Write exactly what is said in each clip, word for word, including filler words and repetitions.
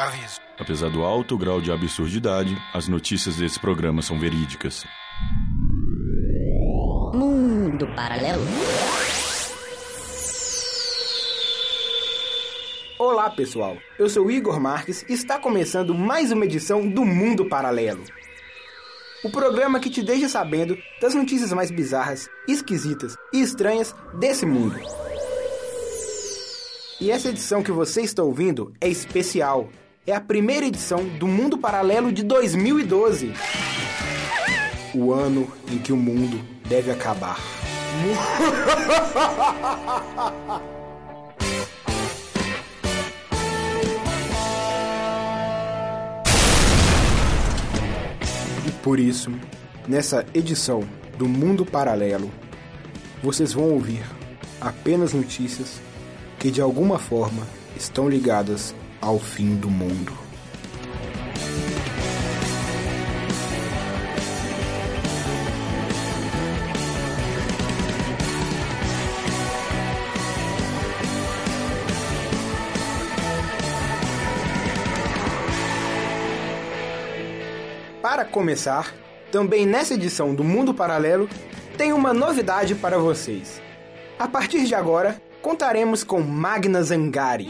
Aviso. Apesar do alto grau de absurdidade, as notícias desse programa são verídicas. Mundo Paralelo. Olá, pessoal. Eu sou Igor Marques e está começando mais uma edição do Mundo Paralelo. O programa que te deixa sabendo das notícias mais bizarras, esquisitas e estranhas desse mundo. E essa edição que você está ouvindo é especial. É a primeira edição do Mundo Paralelo de dois mil e doze. O ano em que o mundo deve acabar. E por isso, nessa edição do Mundo Paralelo, vocês vão ouvir apenas notícias que de alguma forma estão ligadas ao fim do mundo. Para começar, também nessa edição do Mundo Paralelo, tem uma novidade para vocês. A partir de agora, contaremos com Magna Zangari.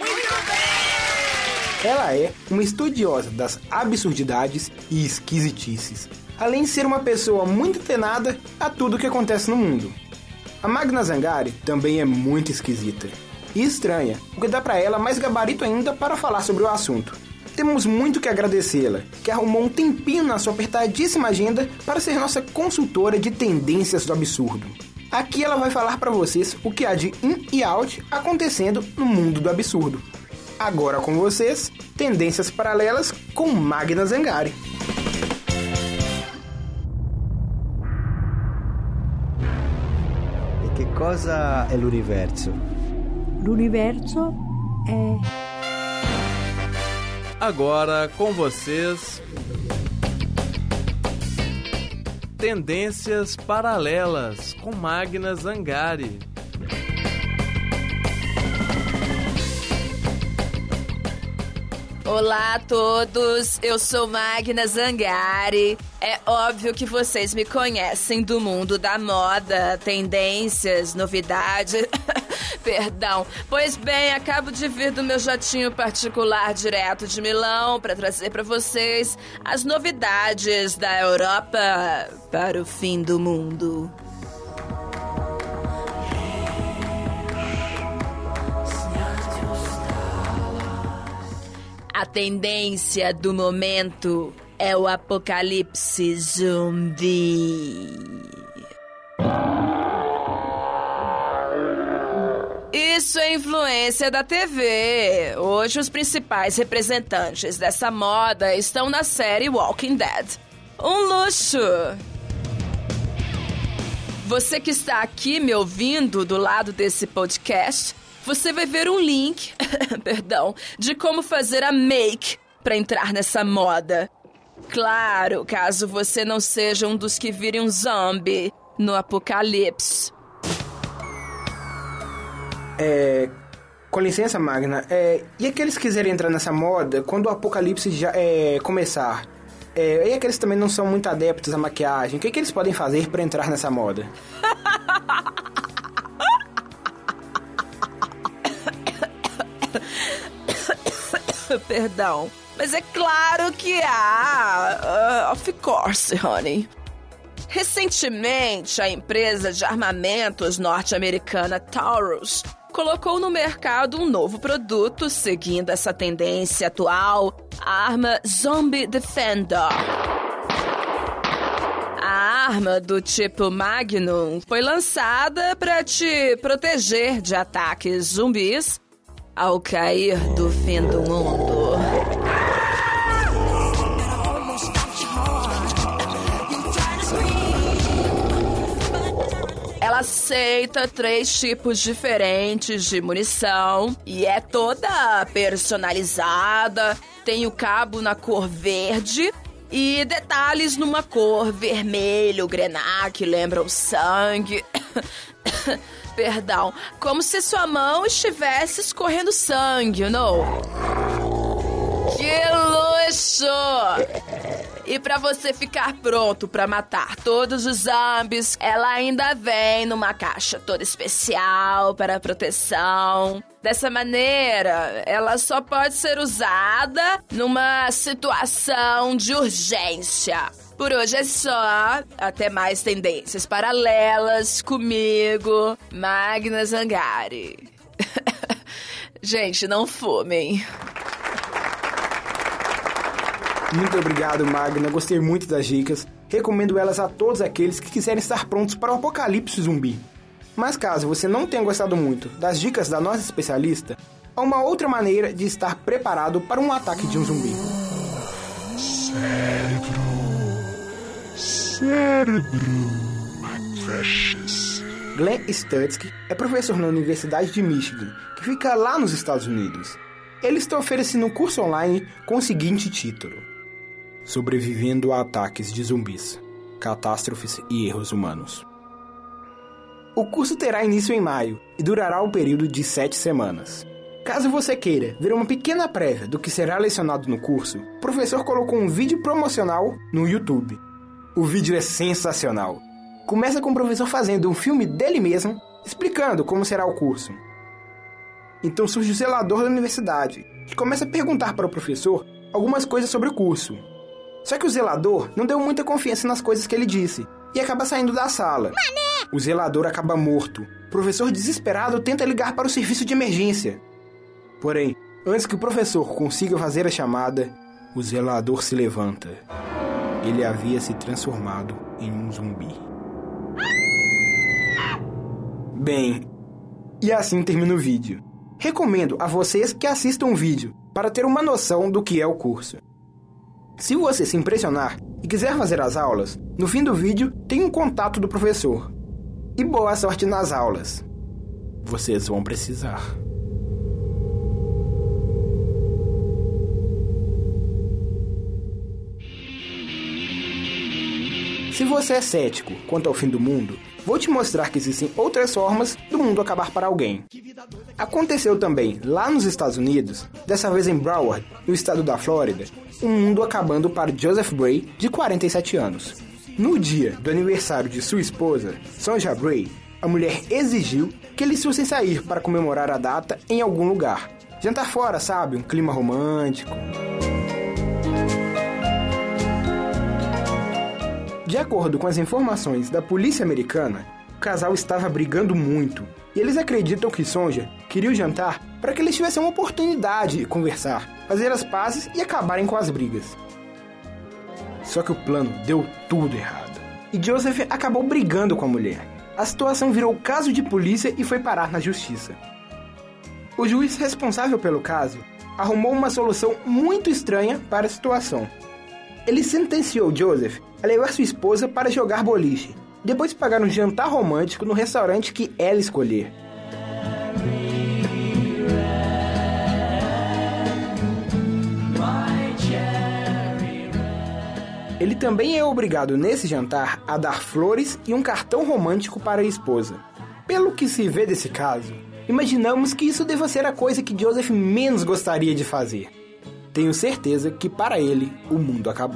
Ela é uma estudiosa das absurdidades e esquisitices, além de ser uma pessoa muito antenada a tudo que acontece no mundo. A Magna Zangari também é muito esquisita e estranha, o que dá para ela mais gabarito ainda para falar sobre o assunto. Temos muito que agradecê-la, que arrumou um tempinho na sua apertadíssima agenda para ser nossa consultora de tendências do absurdo. Aqui ela vai falar para vocês o que há de in e out acontecendo no mundo do absurdo. Agora com vocês, Tendências Paralelas com Magna Zangari. E che cosa è l'universo? L'universo é... Agora com vocês, Tendências Paralelas com Magna Zangari. Olá a todos, eu sou Magna Zangari. É óbvio que vocês me conhecem do mundo da moda, tendências, novidades. Perdão. Pois bem, acabo de vir do meu jatinho particular direto de Milão para trazer para vocês as novidades da Europa para o fim do mundo. A tendência do momento é o apocalipse zumbi. Isso é influência da T V. Hoje os principais representantes dessa moda estão na série Walking Dead. Um luxo! Você que está aqui me ouvindo do lado desse podcast, você vai ver um link, perdão, de como fazer a make para entrar nessa moda. Claro, caso você não seja um dos que virem um zombie no apocalipse. É... Com licença, Magna, é... e aqueles que quiserem entrar nessa moda quando o apocalipse já é... começar? É... E aqueles que também não são muito adeptos à maquiagem, o que, que eles podem fazer para entrar nessa moda? Perdão, mas é claro que há, uh, of course, honey. Recentemente, a empresa de armamentos norte-americana Taurus colocou no mercado um novo produto seguindo essa tendência atual, a arma Zombie Defender. A arma do tipo Magnum foi lançada para te proteger de ataques zumbis ao cair do fim do mundo. Ela aceita três tipos diferentes de munição e é toda personalizada. Tem o cabo na cor verde e detalhes numa cor vermelho, grená, que lembram sangue. Perdão, como se sua mão estivesse escorrendo sangue, não? Que luxo! E pra você ficar pronto pra matar todos os zombies, ela ainda vem numa caixa toda especial para proteção. Dessa maneira, ela só pode ser usada numa situação de urgência. Por hoje é só. Até mais tendências paralelas comigo, Magna Zangari. Gente, não fumem. Muito obrigado, Magna. Gostei muito das dicas. Recomendo elas a todos aqueles que quiserem estar prontos para o apocalipse zumbi. Mas caso você não tenha gostado muito das dicas da nossa especialista, há uma outra maneira de estar preparado para um ataque de um zumbi. Cérebro. Cérebro. My precious. Glenn Stutzky é professor na Universidade de Michigan, que fica lá nos Estados Unidos. Ele está oferecendo um curso online com o seguinte título: Sobrevivendo a ataques de zumbis, catástrofes e erros humanos. O curso terá início em maio e durará um período de sete semanas. Caso você queira ver uma pequena prévia do que será lecionado no curso, o professor colocou um vídeo promocional no YouTube. O vídeo é sensacional. Começa com o professor fazendo um filme dele mesmo, explicando como será o curso. Então surge o zelador da universidade, que começa a perguntar para o professor algumas coisas sobre o curso. Só que o zelador não deu muita confiança nas coisas que ele disse e acaba saindo da sala. Mané! O zelador acaba morto. O professor, desesperado, tenta ligar para o serviço de emergência. Porém, antes que o professor consiga fazer a chamada, o zelador se levanta. Ele havia se transformado em um zumbi. Bem, e assim termina o vídeo. Recomendo a vocês que assistam o vídeo para ter uma noção do que é o curso. Se você se impressionar e quiser fazer as aulas, no fim do vídeo tem um contato do professor. E boa sorte nas aulas. Vocês vão precisar. Se você é cético quanto ao fim do mundo, vou te mostrar que existem outras formas do mundo acabar para alguém. Aconteceu também, lá nos Estados Unidos, dessa vez em Broward, no estado da Flórida, um mundo acabando para Joseph Bray, de quarenta e sete anos. No dia do aniversário de sua esposa, Sonja Bray, a mulher exigiu que eles fossem sair para comemorar a data em algum lugar. Jantar fora, sabe? Um clima romântico. De acordo com as informações da polícia americana, o casal estava brigando muito e eles acreditam que Sonja queria o jantar para que eles tivessem uma oportunidade de conversar, fazer as pazes e acabarem com as brigas. Só que o plano deu tudo errado e Joseph acabou brigando com a mulher. A situação virou caso de polícia e foi parar na justiça. O juiz responsável pelo caso arrumou uma solução muito estranha para a situação. Ele sentenciou Joseph a levar sua esposa para jogar boliche, depois pagar um jantar romântico no restaurante que ela escolher. Ele também é obrigado nesse jantar a dar flores e um cartão romântico para a esposa. Pelo que se vê desse caso, imaginamos que isso deva ser a coisa que Joseph menos gostaria de fazer. Tenho certeza que para ele o mundo acabou.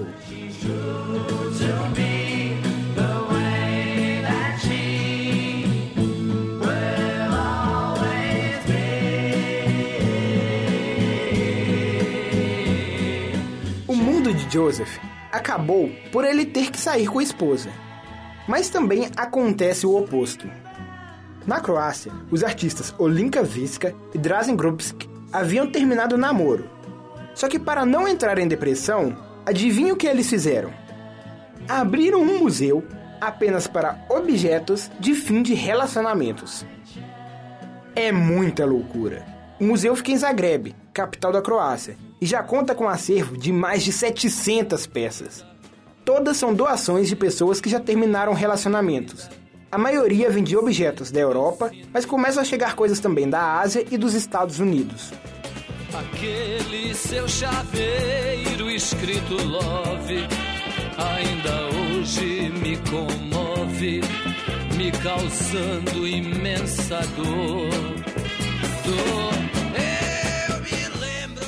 O mundo de Joseph acabou por ele ter que sair com a esposa. Mas também acontece o oposto. Na Croácia, os artistas Olinka Viska e Dražen Grubski haviam terminado o namoro. Só que para não entrar em depressão, adivinha o que eles fizeram? Abriram um museu apenas para objetos de fim de relacionamentos. É muita loucura. O museu fica em Zagreb, capital da Croácia, e já conta com um acervo de mais de setecentas peças. Todas são doações de pessoas que já terminaram relacionamentos. A maioria vem de objetos da Europa, mas começam a chegar coisas também da Ásia e dos Estados Unidos. Aquele seu chaveiro escrito love ainda hoje me comove, me causando imensa dor. Dor. Eu me lembro.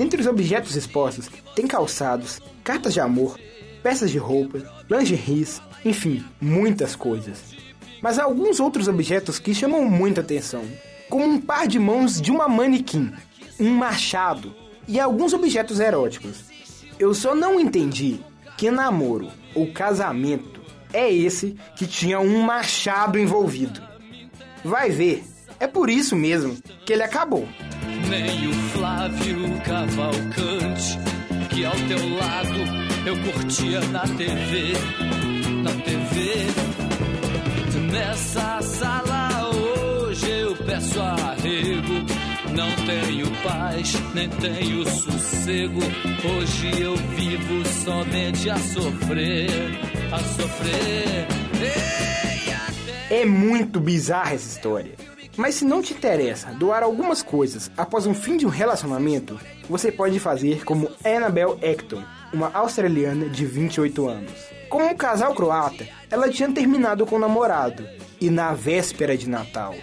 Dentre os objetos expostos, tem calçados, cartas de amor, peças de roupa, lingeries, enfim, muitas coisas. Mas há alguns outros objetos que chamam muita atenção, como um par de mãos de uma manequim, um machado e alguns objetos eróticos. Eu só não entendi que namoro ou casamento é esse que tinha um machado envolvido. Vai ver, é por isso mesmo que ele acabou. Nem o Flávio Cavalcante, que ao teu lado eu curtia na T V, na T V. Nessa sala hoje eu peço arrego, não tenho paz, nem tenho sossego. Hoje eu vivo somente a sofrer, a sofrer. Ei, até... É muito bizarra essa história. Mas se não te interessa doar algumas coisas após um fim de um relacionamento, você pode fazer como Annabelle Acton, uma australiana de vinte e oito anos. Como um casal croata, ela tinha terminado com o namorado, e na véspera de Natal,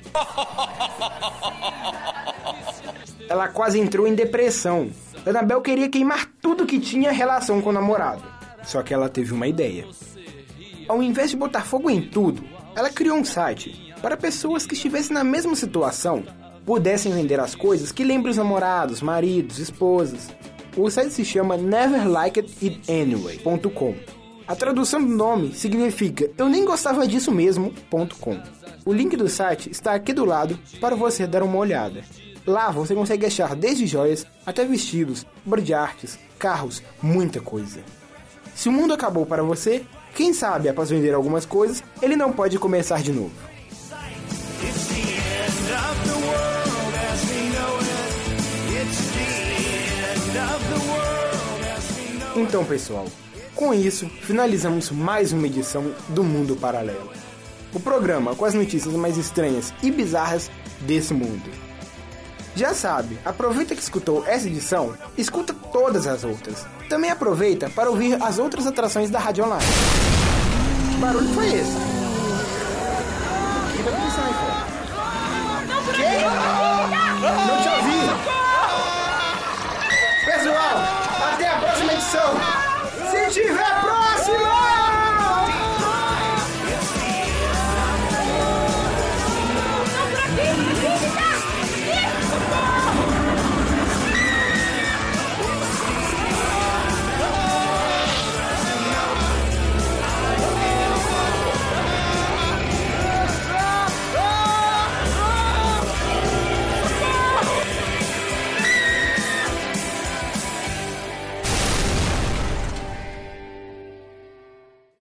ela quase entrou em depressão. Annabelle queria queimar tudo que tinha relação com o namorado, só que ela teve uma ideia. Ao invés de botar fogo em tudo, ela criou um site para pessoas que estivessem na mesma situação pudessem vender as coisas que lembrem os namorados, maridos, esposas. O site se chama never liked it anyway ponto com. A tradução do nome significa eu nem gostava disso mesmo ponto com. O link do site está aqui do lado para você dar uma olhada. Lá você consegue achar desde joias até vestidos, obras de artes, carros, muita coisa. Se o mundo acabou para você, quem sabe após vender algumas coisas, ele não pode começar de novo. Então, pessoal, com isso, finalizamos mais uma edição do Mundo Paralelo. O programa com as notícias mais estranhas e bizarras desse mundo. Já sabe, aproveita que escutou essa edição, escuta todas as outras. Também aproveita para ouvir as outras atrações da Rádio Online. Que barulho foi esse? O que tá acontecendo aí fora? Que? Não te ouvi! Pessoal, até a próxima edição! Se tiver